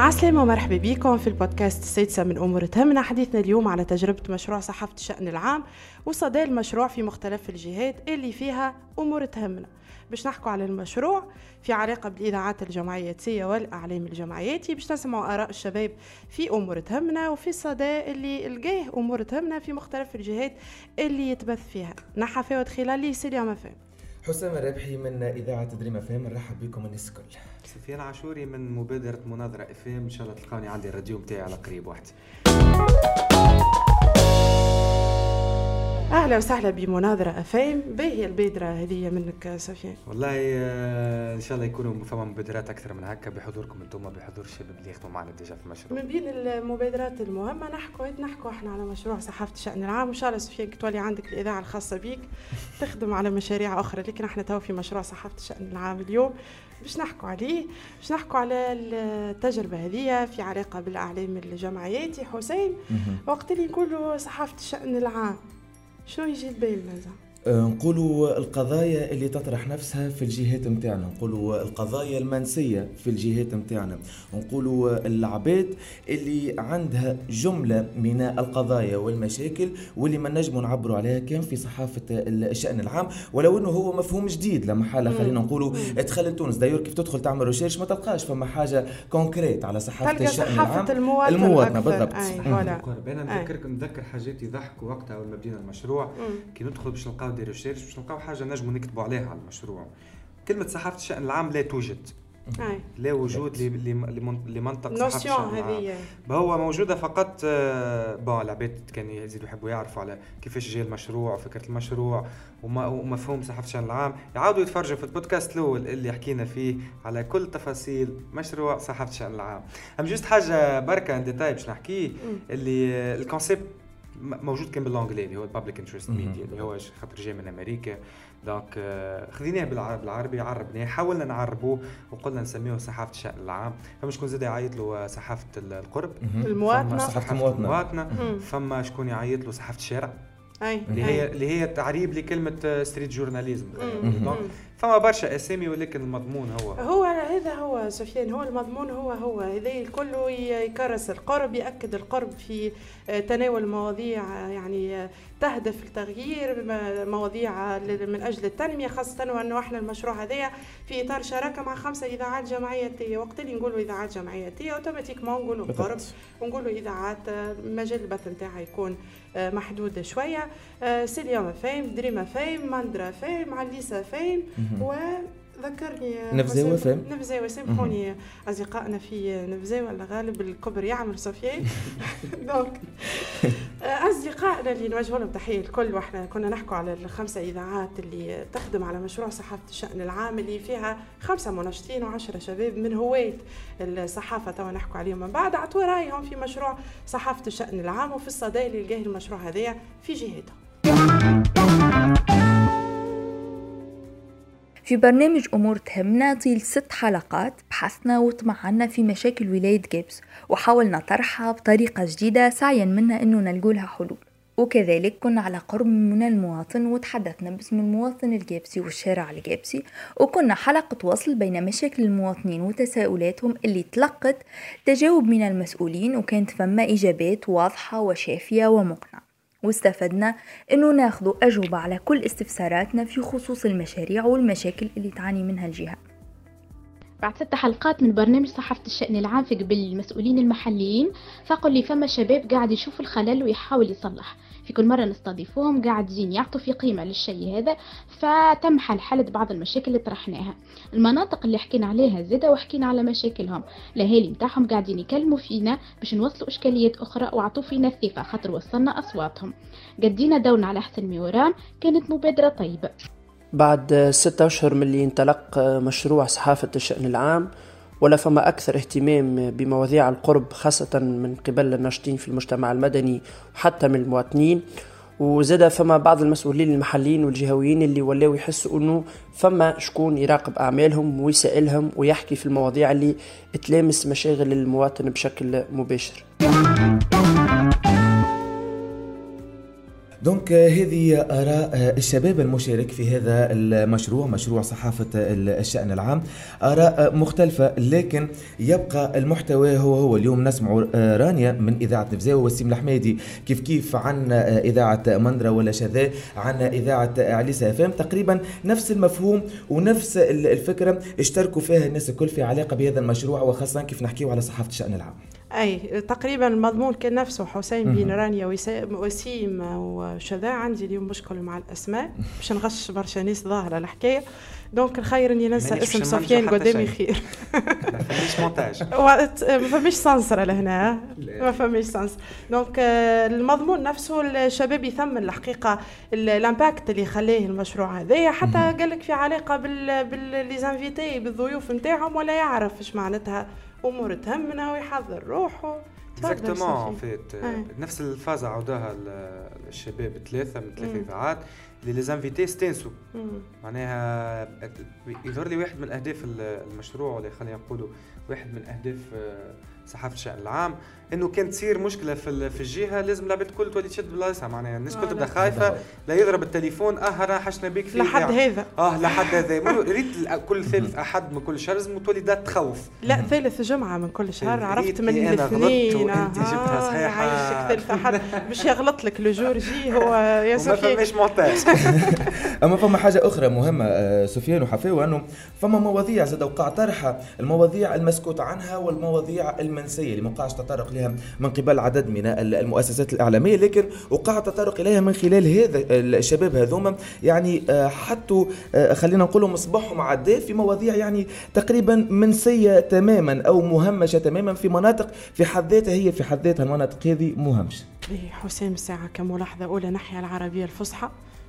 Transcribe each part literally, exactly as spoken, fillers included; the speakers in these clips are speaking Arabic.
عسلامة ومرحبا بكم في البودكاست السادسة من أمور تهمنا. حديثنا اليوم على تجربة مشروع صحافة الشأن العام وصدى المشروع في مختلف الجهات اللي فيها أمور تهمنا. باش نحكوا على المشروع في علاقة بالإذاعات الجمعياتية والأعلام الجمعياتي، باش نسمعوا آراء الشباب في أمور تهمنا وفي الصدى اللي لقاه أمور تهمنا في مختلف الجهات اللي يتبث فيها. نحفاوت خلالي سيليا مفهم حسام الربحي من إذاعة دريم اف ام. نرحب بكم الناس الكل. سفيان عاشوري من مبادرة مناظرة اف ام. ان شاء الله تلقوني عندي الراديو متاعي على قريب وقت. اهلا وسهلا بمناظرة اف ام. باهي البادرة هذه منك سفيان؟ والله ان شاء الله يكونوا فما مبادرات اكثر من هكا بحضوركم انتم، بحضور الشباب اللي يخدموا معنا ديجا في المشروع. من بين المبادرات المهمة نحكوا نحكوا احنا على مشروع صحافة الشأن العام. ان شاء الله سفيان تولي عندك الإذاعة الخاصة بيك تخدم على مشاريع اخرى، لكن احنا تو في مشروع صحافة الشأن العام اليوم باش نحكوا عليه، باش نحكوا على التجربة هذه في علاقة بالأعلام الجمعياتي. حسين، وقت اللي نقولوا صحافة الشأن العام شنو يجي لبالنا؟ نقولوا القضايا اللي تطرح نفسها في الجهات متاعنا، نقولوا القضايا المنسية في الجهات متاعنا، نقولوا العباد اللي عندها جملة من القضايا والمشاكل واللي ما نجموا نعبروا عليها كان في صحافة الشأن العام، ولو انه هو مفهوم جديد لما حالة. خلينا نقولوا ادخل تونس دايور كيف تدخل تعمل ريشيرش ما تلقاش فما حاجة كونكريت على صحافة الشأن العام، المواطن, المواطن بالضبط. انا نذكر نذكر حاجات يضحكوا وقتها اول ما بدينا المشروع، كي ندخل باش نلقاو دي ريشيرش باش نلقاو حاجه نجموا نكتبوا عليها على المشروع. كلمه صحافه الشأن العام لا توجد، أي. لا وجود لمنطق صحافه الشأن العام. هو موجوده فقط بون العباد كانوا يزيدوا يحبوا يعرفوا على كيفاش جاء المشروع وفكره المشروع ومفهوم صحافه الشأن العام. يعاودوا يتفرجوا في البودكاست الاول اللي حكينا فيه على كل تفاصيل مشروع صحافه الشأن العام. هم جوست حاجه بركه ان ديتاي باش نحكيه، اللي الكونسيبت موجود كان بالانجلي اللي هو البابليك انترست ميديا اللي هو خاطر جاي من امريكا. دونك خذيناه بالعربي عربناه، حاولنا نعربوه وقلنا نسميه صحافه الشأن العام. فما شكون زاد يعيط له صحافه القرب، المواطنه، صحافه المواطنه، فما شكون يعيط له صحافه الشارع، اي اللي هي اللي هي تعريب لكلمه ستريت جورناليزم. دونك فما برشا اسامي، ولكن المضمون هو هو هذا هو سفيان، هو المضمون هو هو هذا الكل يكرس القرب، يأكد القرب في تناول مواضيع يعني تهدف لتغيير مواضيع من أجل التنمية، خاصة وأنه احنا المشروع هذا في إطار شراكة مع خمسة إذاعات جمعياتية. وقت اللي نقولوا إذاعات جمعياتية اوتوماتيكمون نقولوا قرب ونقولوا إذاعات مجال البث نتاعها يكون محدود شوية. سيليا مفاهم، دريم مفاهم، ماندرا فاهم، عليسا فاهم، وذكرني نفزاوة فاهم، نفزاوة سامحوني أصدقائنا في نفزاوة ولا غالب الكبر يعمل صفيان. دونك أصدقائنا اللي نوجه لهم تحية الكل، وإحنا كنا نحكوا على الخمسة إذاعات اللي تخدم على مشروع صحافة الشأن العام اللي فيها خمسة مناشطين وعشرة شباب من هواة الصحافة. توا نحكوا عليهم من بعد عطوا رأيهم في مشروع صحافة الشأن العام وفي الصدى اللي لقاه المشروع هذا في جهته. في برنامج أمور تهمنا طيل ست حلقات بحثنا وطمعنا في مشاكل ولاية جابس وحاولنا طرحها بطريقة جديدة سعيا منا أنه نلقوا لها حلول، وكذلك كنا على قرب من المواطن وتحدثنا باسم المواطن الجابسي والشارع الجابسي، وكنا حلقة وصل بين مشاكل المواطنين وتساؤلاتهم اللي تلقت تجاوب من المسؤولين، وكانت فما إجابات واضحة وشافية ومقنعة، واستفدنا أنه ناخذ أجوبة على كل استفساراتنا في خصوص المشاريع والمشاكل اللي تعاني منها الجهة. بعد ست حلقات من برنامج صحافة الشأن العام في قبل المسؤولين المحليين، فقل لي فما شباب قاعد يشوف الخلل ويحاول يصلح. في كل مرة نستضيفوهم قاعدين يعطوا في قيمة للشيء هذا، فتم حل حل بعض المشاكل اللي طرحناها. المناطق اللي حكينا عليها زادة وحكينا على مشاكلهم، الأهالي متاعهم قاعدين يكلموا فينا باش نوصلوا إشكاليات أخرى وعطوا فينا الثقة خاطر وصلنا أصواتهم. قدينا دورنا على أحسن ميورام، كانت مبادرة طيبة. بعد ستة أشهر من اللي انطلق مشروع صحافة الشأن العام، ولا فما أكثر اهتمام بمواضيع القرب خاصة من قبل الناشطين في المجتمع المدني وحتى من المواطنين، وزاد فما بعض المسؤولين المحليين والجهويين اللي ولاو يحسوا أنه فما شكون يراقب أعمالهم ويسألهم ويحكي في المواضيع اللي تلامس مشاغل المواطن بشكل مباشر. دونك هذه آراء الشباب المشارك في هذا المشروع، مشروع صحافة الشأن العام. آراء مختلفة، لكن يبقى المحتوى هو هو. اليوم نسمع رانيا من إذاعة نفزاوة، وسيم الحميدي كيف كيف عن إذاعة مندرة ولا شذا عن إذاعة عليسة فهم. تقريبا نفس المفهوم ونفس الفكرة اشتركوا فيها الناس الكل في علاقة بهذا المشروع، وخاصة كيف نحكيه على صحافة الشأن العام. اي تقريبا المضمون كان نفسه. حسين بين رانيا وسيم وشذا. عندي اليوم مشكل مع الاسماء باش نغش برشا ناس ظاهره الحكايه، دونك الخير اني ننسى اسم سفيان قدامي خير. ما فماش مونتاج، ما فماش سانسر لهنا، ما فماش سانس. دونك المضمون نفسه الشباب يثمن الحقيقه الامباكت اللي خلاه المشروع هذايا، حتى قال لك في علاقه بال بالليزانفيتي بالضيوف نتاعهم، ولا يعرف ايش معناتها امور تهمنا ويحضر روحه. اكزاكتومون فيت نفس الفازه عوداها الشباب ثلاثه من ثلاثه اذاعات اللي لي زانفيتي ستنسو. معناها يظهر لي واحد من اهداف المشروع، ولا خلينا نقولوا واحد من اهداف صحافه الشأن العام، انه كان تصير مشكله في في الجهه لازم العباد الكل تولي تشد بلاصتها. معناها الناس الكل تبدا خايفه، لا يضرب التليفون اه راه حشنا بك في لحد هذا اه لحد هذا ريت كل ثالث احد من كل شهر لازم تولي دات تخوف. لا ثالث جمعه من كل شهر عرفت من الاثنين انت جبتها صحيحه. عايشك ثالث احد باش يغلط لك لو جي هو يا سفيان. ما فماش مونتاج. اما فما حاجه اخرى مهمه سفيان وحفاوه، انه فما مواضيع زاد وقع طرحها، المواضيع المسكوت عنها والمواضيع المنسيه اللي ما وقعش تطرق لها من قبل عدد من المؤسسات الإعلامية، لكن وقع التطرق إليها من خلال هذا الشباب هذوما. يعني حتى خلينا نقولوا مصباحهم عداء في مواضيع يعني تقريبا منسية تماما أو مهمشة تماما في مناطق في حد ذاتها، هي في حد ذاتها المناطق هذه مهمشة. حسام الساعة كملاحظة أولى نحيا العربية الفصحى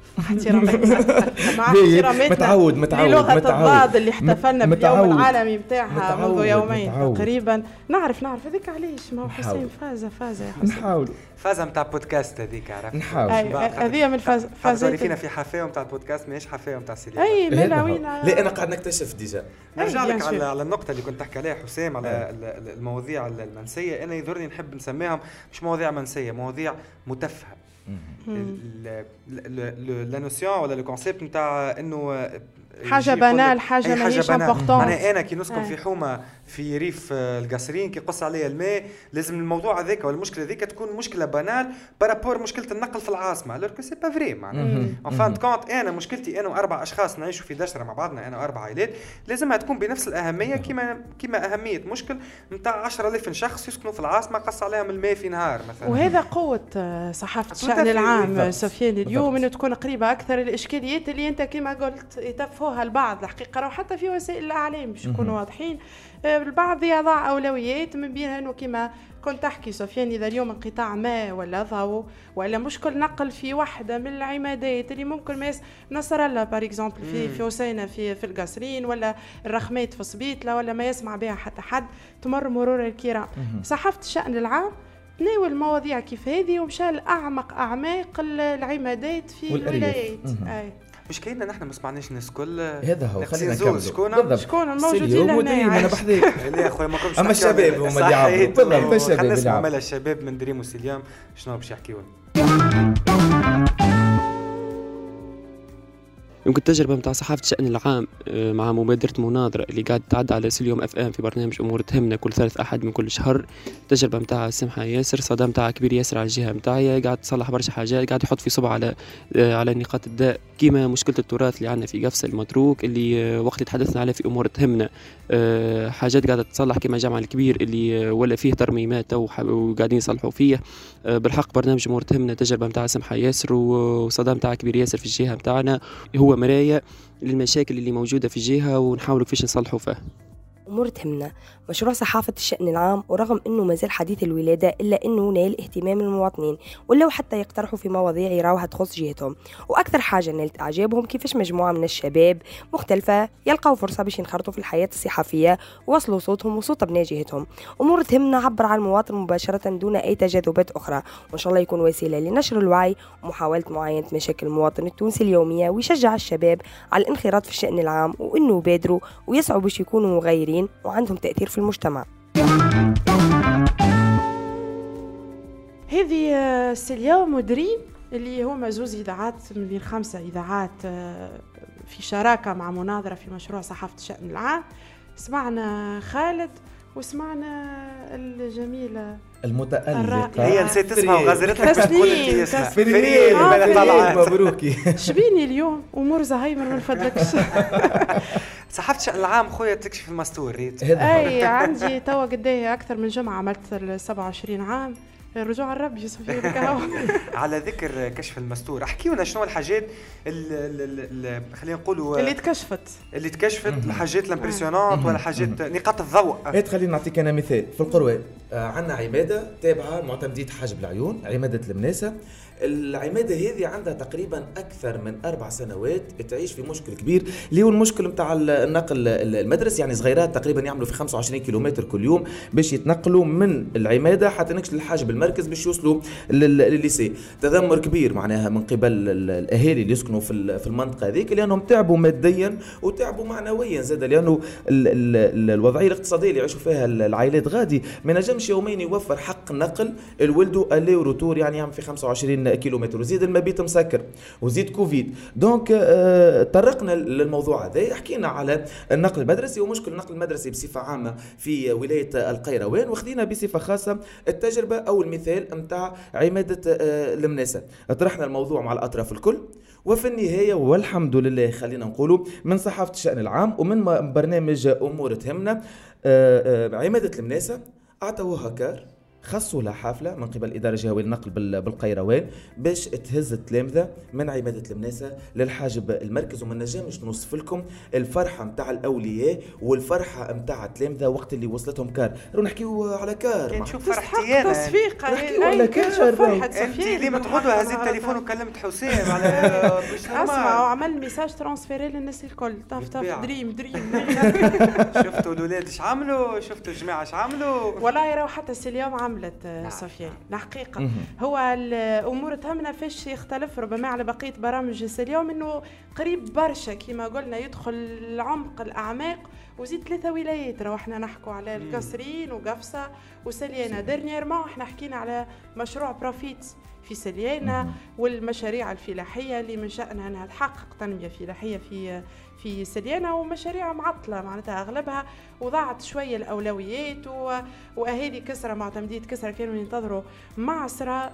مع احتراماتنا متعود متعود للغة الضاد اللي احتفلنا باليوم العالمي متاعها منذ يومين متعود. تقريبا نعرف نعرف هذيك علاش ما هو حسين فازة فازة يا حسين نحاول فازة متاع بودكاست هذيك عرفت نحاول هذه من فاز فازة فينا في حفاوة متاع البودكاست ماهيش حفاوة متاع السيليا. اي مالا وين لا انا قاعد نكتشف ديجا. نرجع لك على على النقطة اللي كنت تحكي عليها حسام على المواضيع المنسية. انا يضرني نحب نسميهم مش مواضيع منسية، مواضيع متفهة. لا نوسيون ولا لو كونسيبت نتاع انه حاجه بنال حاجه ماهيش امبورطون. انا انا كي نسكن في حومه في ريف القصرين كي قص عليا الماء لازم الموضوع هذاك ولا المشكله هذيك تكون مشكله بنال بارابور مشكله النقل في العاصمه. alors que c'est pas vrai معناها en fin de compte انا مشكلتي انا واربع اشخاص نعيشوا في دشره مع بعضنا، انا واربع عائلات، لازمها تكون بنفس الاهميه كما كما اهميه مشكل نتاع عشرة آلاف شخص يسكنوا في العاصمه قص عليهم الماء في نهار مثلا. وهذا قوه صحافه الشأن العام سفيان اليوم انه تكون قريبه اكثر الاشكاليات اللي انت كما قلت يتفوها البعض الحقيقه، وحتى في وسائل الاعلام باش يكونوا واضحين. البعض يضع اولويات من بينها انه كما كنت تحكي سفيان اذا اليوم انقطاع ماء ولا ضوء ولا مشكل نقل في واحده من العمادات اللي ممكن ماس نصر الله بار اكزومبل في في وسينا في في القصرين ولا الرخمات في صبيطله ولا ما يسمع بها حتى حد تمر مرور الكرام. صحافه الشأن العام تناول مواضيع كيف هذه ومشى لأعمق أعماق العمادات في الولايات. مش كايننا نحن ما سمعناش الناس كل هذا هو. خلينا نكمل شكون شكون الموجودين هنا. انا بحذيك لا يا اخويا ما كنتش اما الشباب هما اللي يعرفوا بالضبط. الشباب خلينا نسمع مال الشباب من دريم وسليام شنو باش يحكيوا. يمكن التجربة متاع صحافة الشأن العام مع مبادرة مناظرة اللي قاعد تعدى على سيليوم اف ام في برنامج امور تهمنا كل ثالث احد من كل شهر. التجربة متاع سمحة ياسر صدى متاع كبير ياسر على الجهة متاعي، قاعد تصلح برشا حاجات، قاعد يحط في صبع على على نقاط الداء كيما مشكلة التراث اللي عندنا في قفص المتروك اللي وقت اللي تحدثنا عليه في امور تهمنا حاجات قاعدة تصلح كما جامع الكبير اللي ولا فيه ترميمات وقاعدين يصلحوا فيه. بالحق برنامج امور تهمنا تجربة متاع سمحة ياسر وصدى متاع كبير ياسر في الجهة متاعنا هو مراية للمشاكل اللي موجودة في الجهة ونحاولوا كيفاش نصلحوا فيها. أمور تهمنا مشروع صحافة الشأن العام، ورغم أنه ما زال حديث الولادة إلا أنه نال اهتمام المواطنين ولو حتى يقترحوا في مواضيع يراوها تخص جهتهم. وأكثر حاجة نالت إعجابهم كيفاش مجموعة من الشباب مختلفة يلقوا فرصة باش ينخرطوا في الحياة الصحفية ووصلوا صوتهم وصوت أبناء جهتهم. أمور تهمنا عبر عن المواطن مباشرة دون أي تجاذبات أخرى، وإن شاء الله يكون وسيلة لنشر الوعي ومحاولة معاينة مشاكل المواطن التونسي اليومية، ويشجع الشباب على الانخراط في الشأن العام وإنه يبادروا ويسعوا باش يكونوا مغيرين وعندهم تأثير في المجتمع. هذه سيليا مدريم اللي هما زوز إذاعات من بين خمسة إذاعات في شراكة مع مناظرة في مشروع صحافة الشأن العام. سمعنا خالد وسمعنا الجميلة المتألقة هي نسيت تسمع وغزرتها تسنيم فريد مبروكي. شبيني اليوم أمور زهايمر من فضلك. صحافة الشأن العام خويا تكشف المستور ريت. أي عندي توا قديه أكثر من جمعة عملت سبعة وعشرين عام. رجوع الرب يوسف يركعوا. على ذكر كشف المستور احكيونا شنو الحاجات اللي خلينا نقولوا اللي تكشفت اللي تكشفت الحاجات الامبرسيونات ولا حاجات نقاط الضوء. هات خلينا نعطيك انا مثال في القروان. آه عندنا عماده تابعه معتمديه حاجب العيون، عماده المناسه. العماده هذه عندها تقريبا اكثر من اربع سنوات تعيش في مشكل كبير اللي هو المشكل نتاع النقل المدرسي. يعني صغيرات تقريبا يعملوا في خمسة وعشرين كيلومتر كل يوم باش يتنقلوا من العماده حتى نكش للحاجب المركز باش يوصلوا للليسي. تذمر كبير معناها من قبل الاهالي اللي يسكنوا في في المنطقه هذيك لانهم تعبوا ماديا وتعبوا معنويا زاد، لانه ال ال الوضعيه الاقتصاديه اللي يعيشوا فيها العائلات غادي ما نجمش يومين يوفر حق نقل الولد الي وروتور، يعني يعمل في خمسة وعشرين كيلومتر وزيد المبيت مسكر وزيد كوفيد. دونك آه طرقنا للموضوع هذا، حكينا على النقل المدرسي ومشكل النقل المدرسي بصفه عامه في ولايه القيروان، واخذنا بصفه خاصه التجربه او المثال نتاع عماده آه المناسه. طرحنا الموضوع مع الاطراف الكل، وفي النهايه والحمد لله خلينا نقولوا من صحافه الشأن العام ومن برنامج امور تهمنا آه آه عماده المناسه اعطوها كار، خصوا لها حافله من قبل الاداره الجهويه للنقل بالقيروان باش تهز التلامذه من عماده المناسه للحاجب المركز. وما نجمش نوصف لكم الفرحه نتاع الاولياء والفرحه نتاع التلامذه وقت اللي وصلتهم كار. رو نحكيو على كار نشوف فرحتي انا تصفيق نحكيو على كار. انت اللي متغدوا هزيت التليفون وكلمت حسين على اسمع وعمل ميساج ترانسفيري للناس الكل. طاف طاف دريم دريم. شفتوا الاولاد ايش عملوا، شفتوا الجماعه ايش عملوا. والله راهو حتى اليوم عملت صفيان الحقيقة. هو الأمور تهمنا فيش يختلف ربما على بقية برامج اليوم إنه قريب برشا كما قلنا يدخل العمق الأعماق وزيد ثلاثة ولايات. راهو احنا نحكوا على القصرين وقفصة وسليانة. درنيير ما احنا حكينا على مشروع بروفيت في سليانة والمشاريع الفلاحية اللي من شأنها أنها تحقق تنمية فلاحية في في سليانة، ومشاريع معطلة معناتها أغلبها وضاعت شوية الأولويات، وأهالي كسرة معتمدية كسرة كانوا ينتظروا معصرة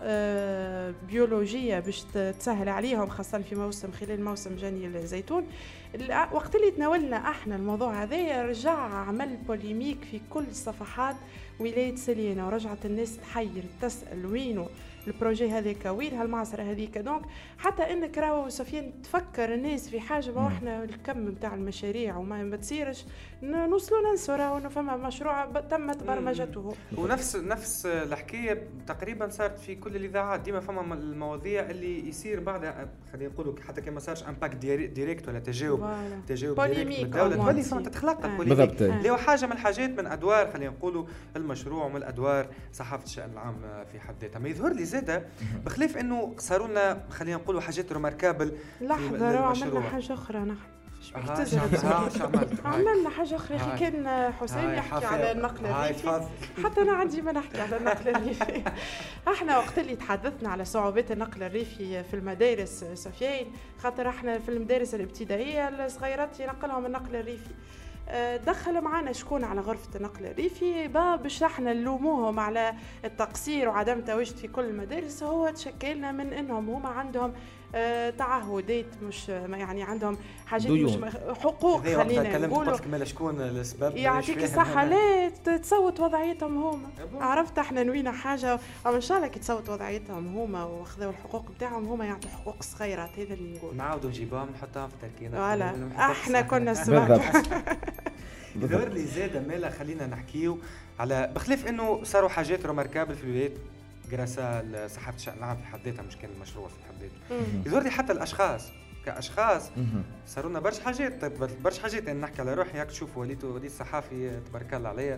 بيولوجية باش تسهل عليهم خاصة في موسم خلال موسم جني الزيتون. وقت اللي تناولنا احنا الموضوع هذا رجع عمل بوليميك في كل صفحات ولاية سليانة، ورجعت الناس تحير تسأل وينه البروجي هذاك وين هالمعصرة هذيك. دونك حتى انك راهو سفيان تفكر الناس في حاجة ما احنا الكم بتاع المشاريع وما ما تصيرش نوصلوا ننسوا راهو انه فما مشروع تمت برمجته. ونفس نفس الحكاية تقريبا صارت في كل الاذاعات، ديما فما المواضيع اللي يصير بعدها خلينا نقولوا حتى كما صارش امباكت ديريكت ولا تجاوب تجاوب ديريكت من الدولة تولي تتخلق البوليميك اللي هو حاجة من الحاجات من ادوار خلينا نقولوا المشروع ومن الادوار صحافة الشأن العام في حد ذاتها. ما يظهر لي زاده بخلاف انه صاروا لنا خلينا نقولوا حاجات روماركابل. لحظه راه عملنا حاجه اخرى نحن عملنا حاجه اخرى اخي. كان حسين يحكي على النقل الريفي حتى انا عندي ما نحكي على النقل الريفي. احنا وقت اللي تحدثنا على صعوبات النقل الريفي في المدارس سفيان، خاطر احنا في المدارس الابتدائيه الصغيرات ينقلهم النقل الريفي، دخل معنا شكون على غرفة النقل الريفي باش احنا نلوموهم على التقصير وعدم تواجد في كل المدارس. هو تشكلنا من انهم هما عندهم اه تعهدات مش يعني عندهم حاجات مش حقوق خلينا نقولوا. قلت لك شكون الاسباب يعطيك الصحة لا تصوت وضعيتهم هما. عرفت احنا نوينا حاجة او ان شاء الله كي تصوت وضعيتهم هما واخذوا الحقوق بتاعهم هما يعطوا حقوق الصغيرات. هذا اللي نقول نعاودوا نجيبوهم نحطوهم في تركينا. فوالا احنا كنا سمعنا. يظهر لي زاده مالا خلينا نحكيو على بخلاف انه صاروا حاجات روماركابل في الولايات جراسا صحافه الشأن العام في حد ذاتها مش كان المشروع في حد ذاته. يظهر لي حتى الاشخاص كاشخاص صاروا لنا برشا حاجات. طيب برشا حاجات. انا نحكي على روحي هاك تشوفوا وليت وليت صحافي تبارك الله عليا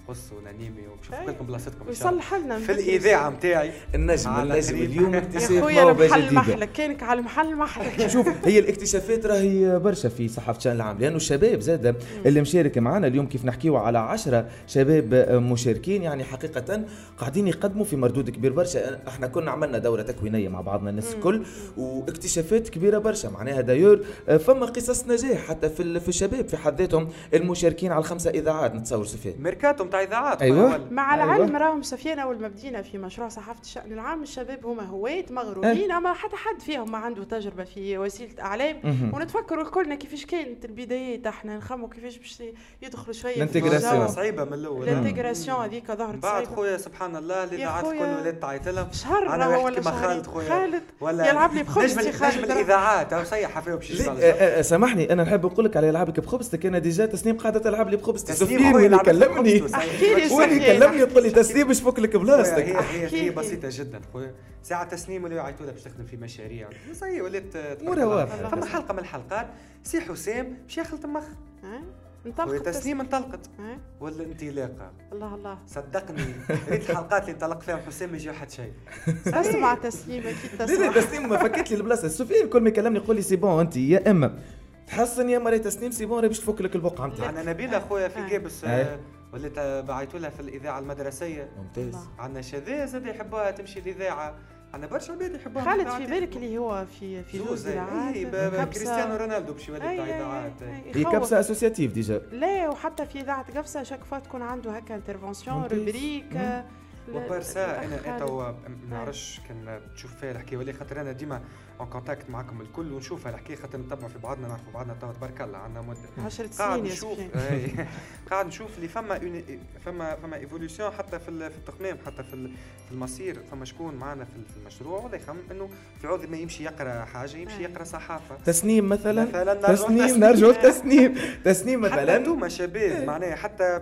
قص ونانيمي وبشوف لكم بلاصتكم ويصلح لنا في الاذاعه نتاعي. النجم النجم اليوم اكتشاف موهبه جديده. محلك كانك على المحل محلك. شوف هي الاكتشافات راهي برشا في صحافه الشأن العام، لانه الشباب زاد اللي مشارك معنا اليوم كيف نحكيو على عشرة شباب مشاركين، يعني حقيقه قاعدين يقدموا في مردود كبير برشا. احنا كنا عملنا دوره تكوينيه مع بعضنا الناس الكل واكتشافات كبيره برشا، معناها دايور فما قصص نجاح حتى في في الشباب في حد ذاتهم المشاركين على الخمسه اذاعات. نتصور سفيان ميركاتو نتاع اذاعات. أيوة. مع العلم أيوة. راهم سفيان اول ما بدينا في مشروع صحافه الشأن العام الشباب هما هواة مغرومين أه. اما حتى حد فيهم ما عنده تجربه في وسيله اعلام. ونتفكروا كلنا كيفاش كانت البدايات، احنا نخموا كيفاش باش يدخلوا شويه الانتجراسيون صعيبه من الاول. الانتجراسيون هذيك ظهرت بعد خويا سبحان الله الاذاعات كل ولات تعيط لهم. شهر انا ولا كيما خالد خويا خالد ولا يلعب لي بخبزتي خالد نجم الاذاعات او صيح فيه باش سامحني انا نحب نقول لك على يلعب لك بخبزتك. انا ديجا تسنيم قاعده تلعب لي بخبزتي. سفيان وين يكلمني وين يكلمني تقول لي تسنيم باش فك لك بلاصتك. هي هي هي بسيطه جدا خويا. ساعه تسنيم اللي يعيطوا لها باش تخدم في مشاريع صحيح ولات فما حلقه من الحلقات سي حسام باش يخلط المخ انطلقت تسنيم انطلقت ولا انطلاقه. الله الله صدقني ريت الحلقات اللي انطلق فيها حسام ما يجي حد شيء. اسمع تسنيم اكيد تسمع. لا تسنيم ما فكت لي البلاصه. سفيان كل ما يكلمني يقول لي سي بون انت يا اما تحسن يا مري تسنيم سي بون باش تفك لك البقعه نتاعك. عندنا نبيله خويا في كابس ولات بعيطوا لها في الاذاعه المدرسيه. ممتاز. عندنا شذاذ زاد يحبوها تمشي الاذاعه. عندنا برشا عباد يحبوها. خالد في بالك اللي هو في في جوز اذاعات كريستيانو رونالدو باش يولي تاع اذاعات. هي كبسه اسوسياتيف ديجا. لا وحتى في اذاعه كبسه شاك فوا تكون عنده هكا انترفونسيون روبريك. وبرسا انا تو ما نعرفش كان تشوف فيها الحكايه ولا خاطر انا ديما اون كونتاكت معكم الكل ونشوفها الحكايه خاطر نتبعوا في بعضنا نعرفوا بعضنا تو تبارك الله عندنا مده عشر سنين نشوف قاعد نشوف اللي فما فما فما ايفولوسيون حتى في في التخمام حتى في في المصير. فما شكون معنا في المشروع ولا يخمم انه في عوض ما يمشي يقرا حاجه يمشي يقرا صحافه. تسنيم مثلا, مثلاً تسنيم نرجعوا لتسنيم تسنيم مثلا حتى انتم شباب معناها حتى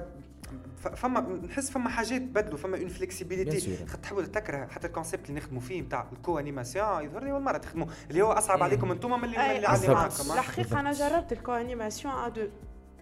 فما نحس فما حاجات بدلوا فما اون فليكسيبيليتي تحبوا تكره حتى الكونسيبت اللي نخدموا فيه نتاع الكو انيماسيون يظهر لي اول مره تخدموا اللي هو اصعب عليكم انتم من اللي اللي عندي معاكم. الحقيقه انا جربت الكو انيماسيون ا دو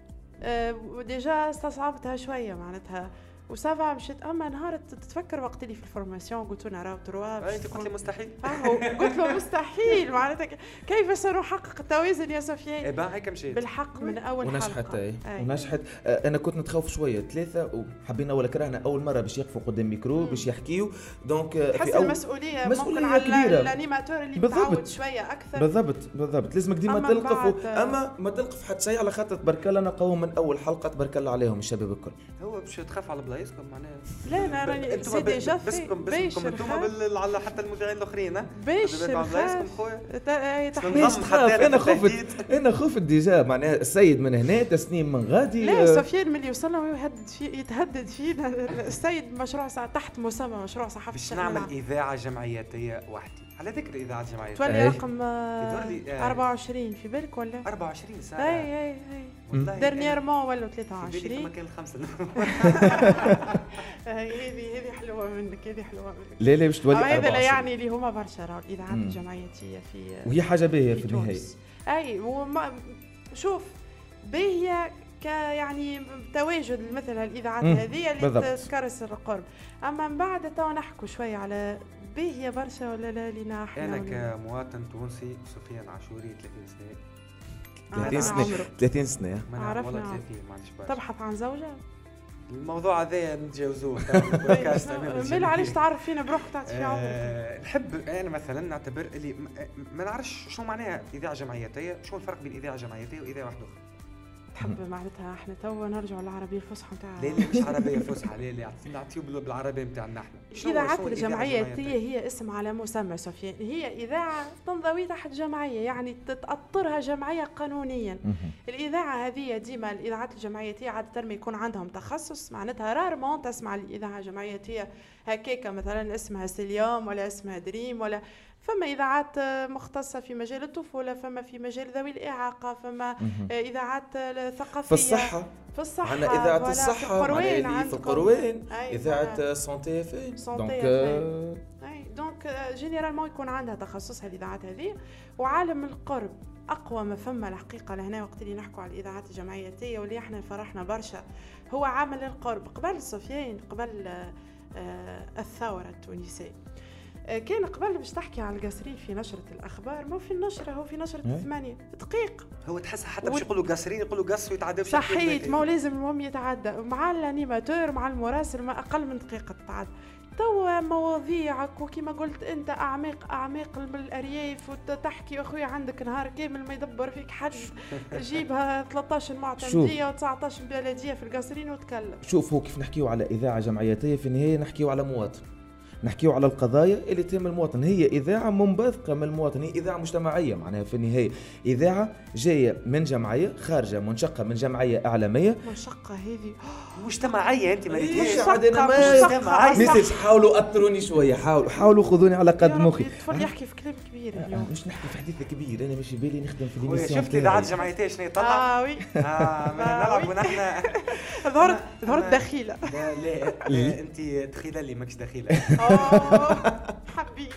وديجا استصعبتها شويه معناتها وسافا مشيت. اما نهار تتفكر وقت اللي في الفورماسيون قلت له نراو تروا انت قلت لي مستحيل. قلت له مستحيل معناتها كيف سنحقق التوازن يا سفيان. اي با هيك مشيت بالحق من اول حلقه ونجحت. اي ونجحت. انا كنت نتخوف شويه ثلاثه وحبينا ولا كرهنا اول مره باش يقفوا قدام ميكرو باش يحكيوا دونك في اول مسؤوليه ممكن على الانيماتور اللي متعود شويه اكثر. بالضبط بالضبط لازمك ديما تلقفوا اما ما تلقف حتى شيء على خاطر تبارك الله نقوم من اول حلقه تبارك الله عليهم الشباب الكل. هو باش تخاف على بلايصكم معناها. لا انا راني سي ديجا في باسمكم انتم على حتى المذيعين الاخرين باش بلايصكم خويا باش تخاف. انا خفت انا خفت ديجا معناها السيد من هنا تسنيم من غادي. لا سفيان ملي وصلنا يهدد في يتهدد فينا السيد مشروع تحت مسمى مشروع صحافه الشأن العام. باش نعمل اذاعه جمعياتيه وحدي. على ذكر اذاعه جمعياتيه تولي رقم أربعة وعشرين في بالك ولا أربعة وعشرين ساعه. اي اي اي ديرنييرمون ولا ثلاثة وعشرين ما كان الخمسه. هذه هذه حلوه منك هذه حلوه منك. لا لا باش تولي هذا لا يعني اللي هما برشا راهو الاذاعات الجمعياتيه في وهي حاجه باهيه في النهايه. اي وما شوف باهيه ك يعني تواجد مثل هالاذاعات هذه اللي تكرس القرب. اما من بعد تو نحكوا شويه على باهيه برشا ولا لا لينا احنا. انا كمواطن تونسي سفيان عاشوري ثلاثين سنه ثلاثين سنه ثلاثين سنه عرفنا ثلاثين معليش برشا. تبحث عن زوجه الموضوع هذا نتجاوزوه. مال علاش تعرف فينا بروحك تعطي في عمرك. أه نحب انا مثلا نعتبر اللي ما نعرفش شنو معناها اذاعه جمعياتيه. شنو الفرق بين اذاعه جمعياتيه واذاعه واحده اخرى. تحب معناتها احنا تو نرجعوا للعربيه الفصحى نتاعنا. لا لا مش عربيه فصحى لا لا نعطيو بالعربيه نتاعنا احنا. الاذاعات الجمعياتيه هي اسم على مسمى سفيان. هي اذاعه تنضوي تحت جمعيه يعني تتاطرها جمعيه قانونيا. الاذاعه هذه ديما الاذاعات الجمعياتيه عاده ما يكون عندهم تخصص معناتها رارمون تسمع الاذاعه الجمعياتيه هكاكا مثلا اسمها سيليوم ولا اسمها دريم ولا فما إذاعات مختصة في مجال الطفولة فما في مجال ذوي الإعاقة فما إذاعات ثقافية في الصحة في الصحة عندنا إذاعة الصحة في القروين في القروين إذاعة سانتي اف ام دونك دونك جينيرالمون يكون عندها تخصصها الاذاعات هذه. وعالم القرب اقوى ما فما الحقيقه لهنا وقت اللي نحكوا على الاذاعات الجمعياتيه واللي احنا فرحنا برشا هو عامل القرب. قبل سفيان قبل آه الثوره التونسيه كان قبل باش تحكي على القاسرين في نشرة الأخبار ما في النشرة هو في نشرة الثمانية دقيق. هو تحسها حتى باش يقولوا قاسرين يقولوا قص ويتعدى صحيت ما لازم المهم يتعدى مع الانيماتور مع المراسل ما أقل من دقيقة تتعدى. توا مواضيعك وكما قلت أنت أعماق أعماق الأرياف وتحكي أخوي عندك نهار كامل ما يدبر فيك حد جيبها ثلاثة عشر معتمدية وتسعة عشر بلدية في القاسرين وتكلم. شوف هو كيف نحكيو على إذاعة جمعياتية في النهاية نحكيو على مواطن نحكيو على القضايا اللي تهم المواطن. هي إذاعة منبثقة من المواطن هي إذاعة مجتمعية معناها في النهاية إذاعة جاية من جمعية خارجة منشقة من جمعية إعلامية. منشقة هذه مجتمعية أنت ما ريتيش ميساج. حاولوا أطروني شوية حاولوا حاولوا خذوني على قد مخي. الطفل يحكي في كلام كبير اليوم مش نحكي في حديث كبير أنا مش بالي نخدم في الإيميسيون. شفت إذاعات جمعيتية شنو يطلع؟ آه وي آه نلعب ونحن ظهرت ظهرت دخيلة. لا لا أنت دخيلة اللي ماكش دخيلة. حبيت.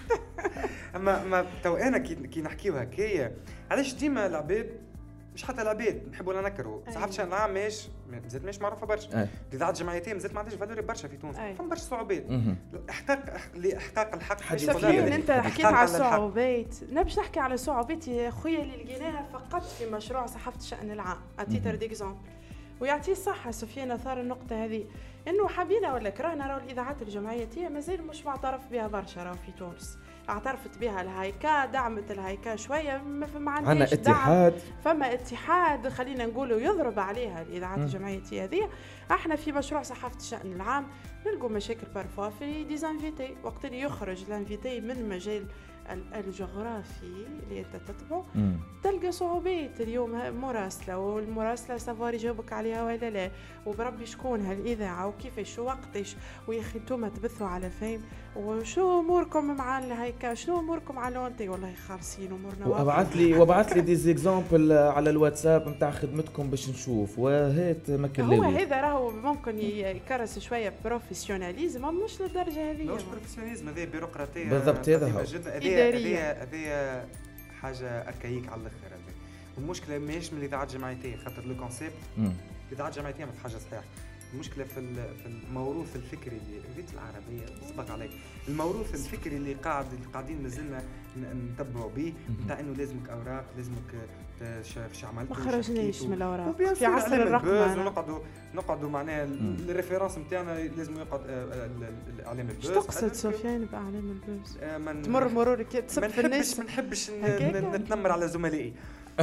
اما ما تو انا كي كي نحكيو هكايا علاش ديما العباد مش حتى العباد نحبوا ولا نكرهوا صحافه الشأن العام ماش مازالت ماش معروفه برشا. الاذاعات الجمعياتيه مازالت ما عندهاش فالوري برشا في تونس. فما برشا صعوبات احقاق لاحقاق الحق. سفيان انت حكيت على الصعوبات نبش نحكي على صعوبات يا خويا اللي لقيناها فقط في مشروع صحافه الشأن العام اتيتر ديكزامبل. ويعطيه صحة سفيان أثار النقطة هذه إنه حبينا ولا كرهنا راهو الإذاعات الجمعياتية مازال مش معترف بها برشا راهو في تونس. اعترفت بها الهيكا دعمت الهيكا شوية ما عندناش اتحاد فما اتحاد خلينا نقولوا يضرب عليها الإذاعات الجمعياتية هذه. احنا في مشروع صحافة الشأن العام نلقوا مشاكل بارفوا في ديزانفيتي وقت اللي يخرج الانفيتي من مجال الجغرافي اللي انت تتبعه تلقى صعوبات. اليوم مراسله والمراسله سافار يجاوبك عليها ولا لا وبربي شكون هالاذاعه وكيفاش وقتاش ويا اخي انتم تبثوا على فين وشو اموركم مع الهيكا شنو اموركم على لونتي والله خالصين امورنا. وابعث لي وابعث لي دي زيكزامبل على الواتساب نتاع خدمتكم باش نشوف وهات ما كلاوي. هو هذا راهو ممكن يكرس شويه بروفيسيوناليزم مش للدرجه هذه. مش بروفيسيوناليزم هذا بيروقراطيه بالضبط. هذا هو هذه هذه حاجه اركايك على الاخر. هذا المشكله ماهيش من الاذاعات الجمعياتيه خاطر لو كونسيبت الاذاعات الجمعياتيه ما في حاجه صحيحه. المشكله في في الموروث الفكري اللي ريت العربيه سبق علي الموروث الفكري اللي قاعد قاعدين مازلنا نتبعوا به نتاع انه لازمك اوراق لازمك شو عملت ما خرجناش من الاوراق في عصر الرقمنه نقعدوا نقعدوا معناها الريفيرونس نتاعنا لازم يقعد الاعلام البوز. ايش تقصد سفيان باعلام البوز؟ تمر مرور كي تصب في الناس ما نحبش نتنمر على زملائي.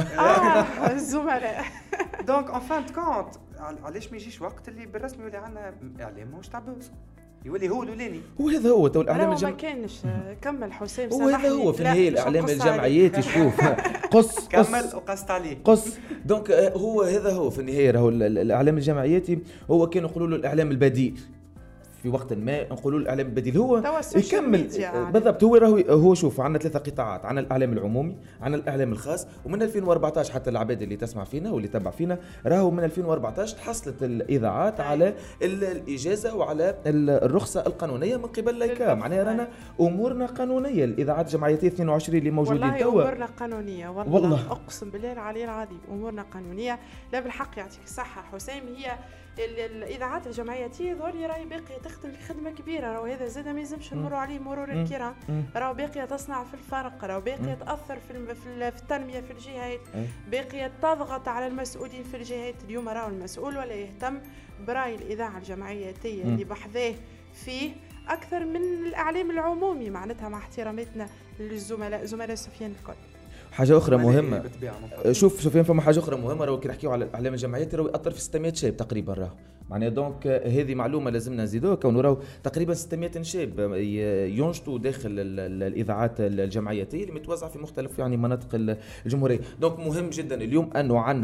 اه الزملاء. دونك ان فان كونت علاش ما يجيش وقت اللي بالرسمي يولي عندنا اعلام ماهوش تاع بوز يولي هو الاولاني. وهذا هو تو الاعلام الجمعياتي ما كانش كمل حسام سامحني. وهذا هو في النهايه الاعلام الجمعياتي شوف قص كمل وقصت عليه قص. دونك هو هذا هو في النهايه راهو الاعلام الجمعياتي هو كانوا يقولوا له الاعلام البديل في وقت ما نقولوا الاعلام البديل هو يكمل بالضبط. هو راهو هو شوف عندنا ثلاثه قطاعات عندنا الاعلام العمومي عندنا الاعلام الخاص ومن ألفين وأربعطاش حتى العباد اللي تسمع فينا واللي تتبع فينا راهو من ألفين وأربعطاش تحصلت الاذاعات على الاجازه وعلى الرخصه القانونيه من قبل لايكا. معناها رانا امورنا قانونيه. الاذاعات الجمعياتيه اثنين وعشرين اللي موجودين توا والله امورنا قانونيه والله, والله اقسم بالله العلي العظيم امورنا قانونيه. لا بالحق يعطيك الصحه حسام. هي الاذاعات الجمعياتيه ذولي راهي باقيه تخدم في خدمه كبيره راهو هذا زاد ما يلزمش نمروا عليه مرور الكرام. راهو باقيه تصنع في الفرق راهو باقيه تاثر في في التنميه في الجهات باقيه تضغط على المسؤولين في الجهات. اليوم راهو المسؤول ولا يهتم براي الاذاعه الجمعياتيه اللي بحذاه فيه اكثر من الاعلام العمومي. معناتها مع احتراماتنا للزملاء زملاء سفيان الكل. حاجه اخرى مهمه شوف سفيان فما حاجه اخرى مهمه راهو كي نحكيو على الاعلام الجمعياتي راهو ياثر في ستمائة شاب تقريبا راهو معناها. دونك هذه معلومه لازمنا نزيدوها كونه راهو تقريبا ستمائة شاب ينشطوا داخل الاذاعات الجمعياتيه اللي متوزعه في مختلف يعني مناطق الجمهوريه. دونك مهم جدا اليوم انه عندنا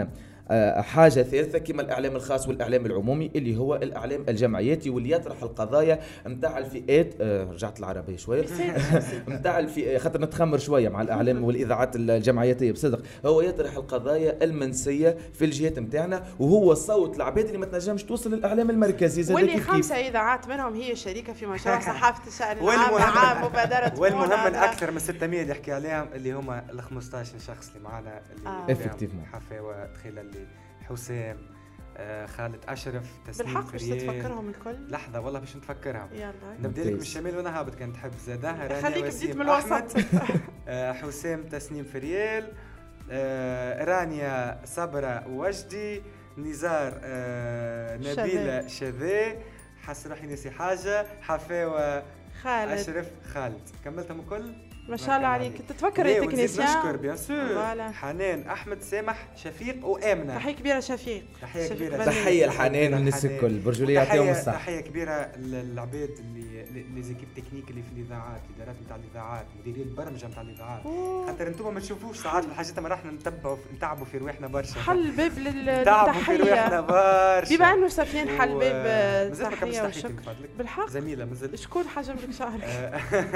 حاجة ثالثة كما الإعلام الخاص والإعلام العمومي اللي هو الإعلام الجمعياتي واللي يطرح القضايا متاع الفئات. آه رجعت العربية شوية متاع الفئات خاطر نتخمر شوية مع الإعلام والإذاعات الجمعياتية بصدق. هو يطرح القضايا المنسية في الجهات متاعنا وهو صوت العباد اللي ما تنجمش توصل للإعلام المركزي. واللي خمسة إذاعات منهم هي شريكة في مشروع صحافة الشأن العام مع مبادرة والمهم من أكثر من ستمية اللي يحكي عليهم اللي هما ال خمسطاش شخص اللي معنا اللي آه. حفاوة تخيل اللي حسام آه خالد أشرف تسنيم بالحق باش تفكرهم الكل. لحظة والله باش نتفكرهم. يلا نبدأ لك من الشمال وانا هابط كان تحب زادها رانيا وسيم من الوسط. آه حسام تسنيم فريال آه رانيا صبرة وجدي نزار آه نبيلة شذي حس روحي نسي حاجة حفاوة خالد أشرف خالد كملتهم الكل ما شاء الله عليك. تتفكر التكنيسيان نشكر بيان سور حنان احمد سامح شفيق وامنه. تحيه كبيره شفيق. تحيه كبيره تحيه لحنان والناس الكل برجوليه يعطيهم الصحه. تحيه كبيره للعباد اللي لي زيكيب تكنيك اللي في الاذاعات الادارات نتاع الاذاعات مديري البرمجه نتاع الاذاعات خاطر انتم ما تشوفوش ساعات الحاجات ما راحنا نتبعوا نتعبوا في رواحنا برشا. حل باب للتحيه رواحنا برشا بما انه سفيان حل باب تحيه وشكر بالحق زميله مازال شكون حجم لك شعرك.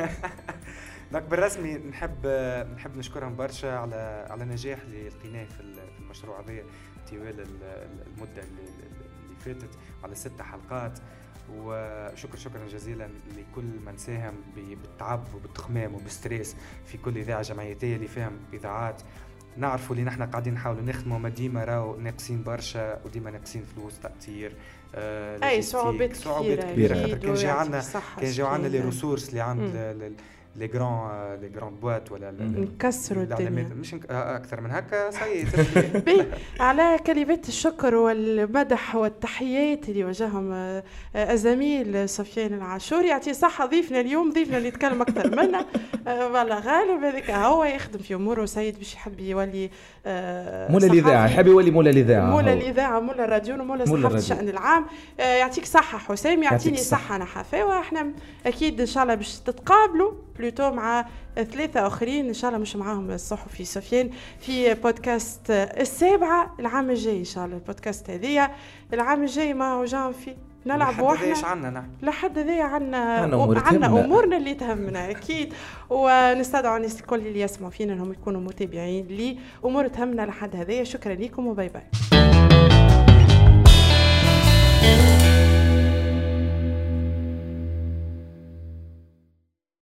دونك بالرسمي نحب نحب نشكرهم برشا على على نجاح اللي لقيناه في المشروع هذا طوال المده اللي اللي فاتت على ست حلقات. وشكر شكرا جزيلا لكل من ساهم بالتعب وبالتخمام وبالستريس في كل اذاعه جمعيتيه اللي فيهم اذاعات. نعرفوا اللي نحن قاعدين نحاولوا نخدموا ما ديما راهو ناقصين برشا وديما ناقصين فلوس تأثير آه اي صعوبات صعوبات كبيره خاطر كان جا عندنا كان جا عندنا لي ريسورس اللي عند لي جران لي جران بوات ولا نكسروا الدنيا مش اكثر من هكا سيد. على كلمات الشكر والمدح والتحيات اللي وجههم الزميل سفيان العاشوري يعطيه صحه. ضيفنا اليوم ضيفنا اللي يتكلم اكثر منا والله غالب هذاك هو يخدم في اموره سيد باش يحب يولي مولا الاذاعه يحب يولي مولا الاذاعه مولا الاذاعه مولا الراديو مولا صحافه الشأن العام. يعطيك صحه حسام يعطيني صحه انا حفاوه. احنا اكيد ان شاء الله باش تتقابلوا بلوتو مع ثلاثة آخرين إن شاء الله مش معاهم الصحفي سفيان في بودكاست السابعة العام الجاي إن شاء الله. البودكاست هذية العام الجاي ما هو جام فيه نلعب واحنا لحد ذي عنا عنا أمورنا اللي تهمنا أكيد. ونستدعوا الناس الكل اللي يسمعوا فينا أنهم يكونوا متابعين لي أمور تهمنا لحد هذي. شكرا لكم وباي باي.